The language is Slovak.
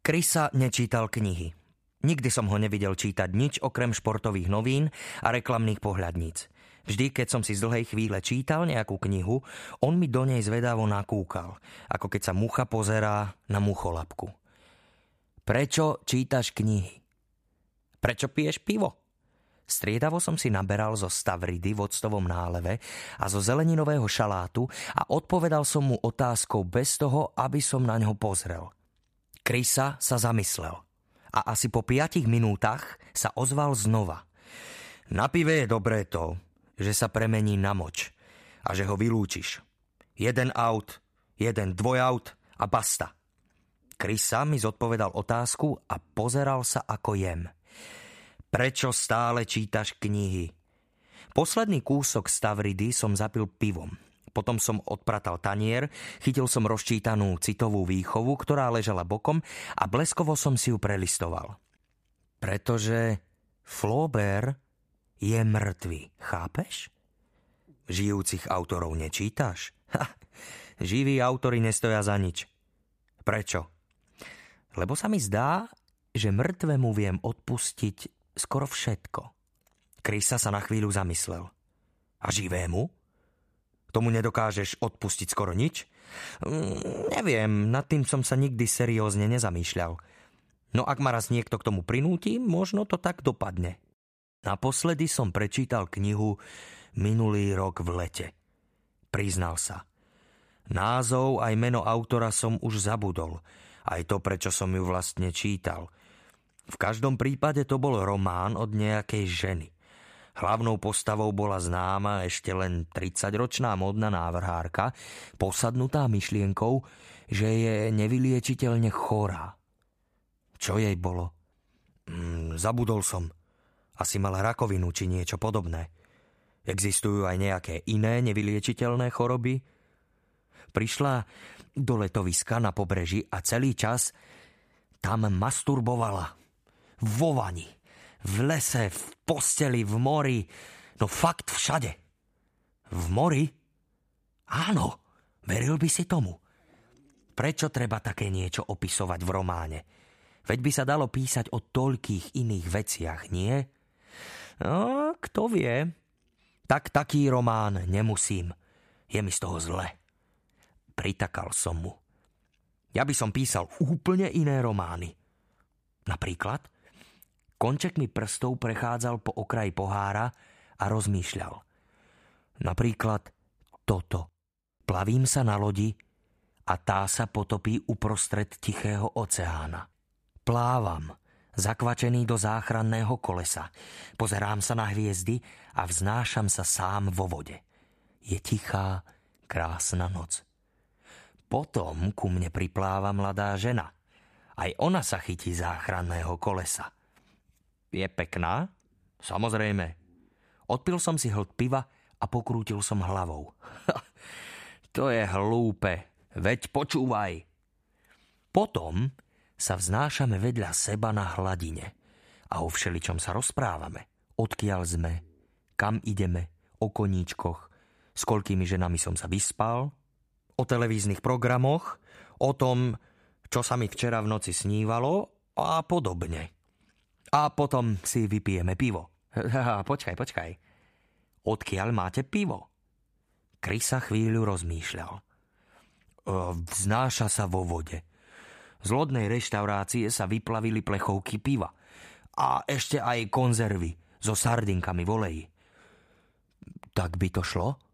Chrisa nečítal knihy. Nikdy som ho nevidel čítať nič okrem športových novín a reklamných pohľadníc. Vždy, keď som si z dlhej chvíle čítal nejakú knihu, on mi do nej zvedavo nakúkal, ako keď sa mucha pozerá na mucholapku. Prečo čítaš knihy? Prečo piješ pivo? Striedavo som si naberal zo stavridy v octovom náleve a zo zeleninového šalátu a odpovedal som mu otázkou bez toho, aby som na ňo pozrel. Chrisa sa zamyslel a asi po 5 minútach sa ozval znova. Na pive je dobré to, že sa premení na moč a že ho vylúčiš. 1 out, 1 dvojaut a basta. Chrisa mi zodpovedal otázku a pozeral sa ako jem. Prečo stále čítaš knihy? Posledný kúsok stavridy som zapil pivom. Potom som odpratal tanier, chytil som rozčítanú citovú výchovu, ktorá ležala bokom a bleskovo som si ju prelistoval. Pretože Flaubert je mŕtvy, chápeš? Žijúcich autorov nečítaš? Živí autori nestoja za nič. Prečo? Lebo sa mi zdá, že mŕtvemu viem odpustiť skoro všetko. Chrisa sa na chvíľu zamyslel. A živému? Tomu nedokážeš odpustiť skoro nič? Neviem, nad tým som sa nikdy seriózne nezamýšľal. No ak ma raz niekto k tomu prinúti, možno to tak dopadne. Naposledy som prečítal knihu minulý rok v lete. Priznal sa. Názov aj meno autora som už zabudol. Aj to, prečo som ju vlastne čítal. V každom prípade to bol román od nejakej ženy. Hlavnou postavou bola známa ešte len 30-ročná módna návrhárka, posadnutá myšlienkou, že je nevyliečiteľne chorá. Čo jej bolo? Zabudol som. Asi mala rakovinu či niečo podobné. Existujú aj nejaké iné nevyliečiteľné choroby? Prišla do letoviska na pobreží a celý čas tam masturbovala. Vo vani, v lese, v posteli, v mori, no fakt všade. V mori? Áno, veril by si tomu. Prečo treba také niečo opisovať v románe? Veď by sa dalo písať o toľkých iných veciach, nie? No, kto vie? Tak taký román nemusím. Je mi z toho zle. Pritakal som mu. Ja by som písal úplne iné romány. Napríklad? Končekmi prstov prechádzal po okraji pohára a rozmýšľal. Napríklad toto. Plavím sa na lodi a tá sa potopí uprostred tichého oceána. Plávam, zakvačený do záchranného kolesa. Pozerám sa na hviezdy a vznášam sa sám vo vode. Je tichá, krásna noc. Potom ku mne pripláva mladá žena. Aj ona sa chytí záchranného kolesa. Je pekná? Samozrejme. Odpil som si hĺb piva a pokrútil som hlavou. To je hlúpe. Veď počúvaj. Potom sa vznášame vedľa seba na hladine a o všeličom sa rozprávame. Odkiaľ sme, kam ideme, o koníčkoch, s koľkými ženami som sa vyspal, o televíznych programoch, o tom, čo sa mi včera v noci snívalo a podobne. A potom si vypijeme pivo. Počkaj. Odkiaľ máte pivo? Chrisa chvíľu rozmýšľal. Vznáša sa vo vode. Z lodnej reštaurácie sa vyplavili plechovky piva. A ešte aj konzervy so sardinkami v oleji. Tak by to šlo?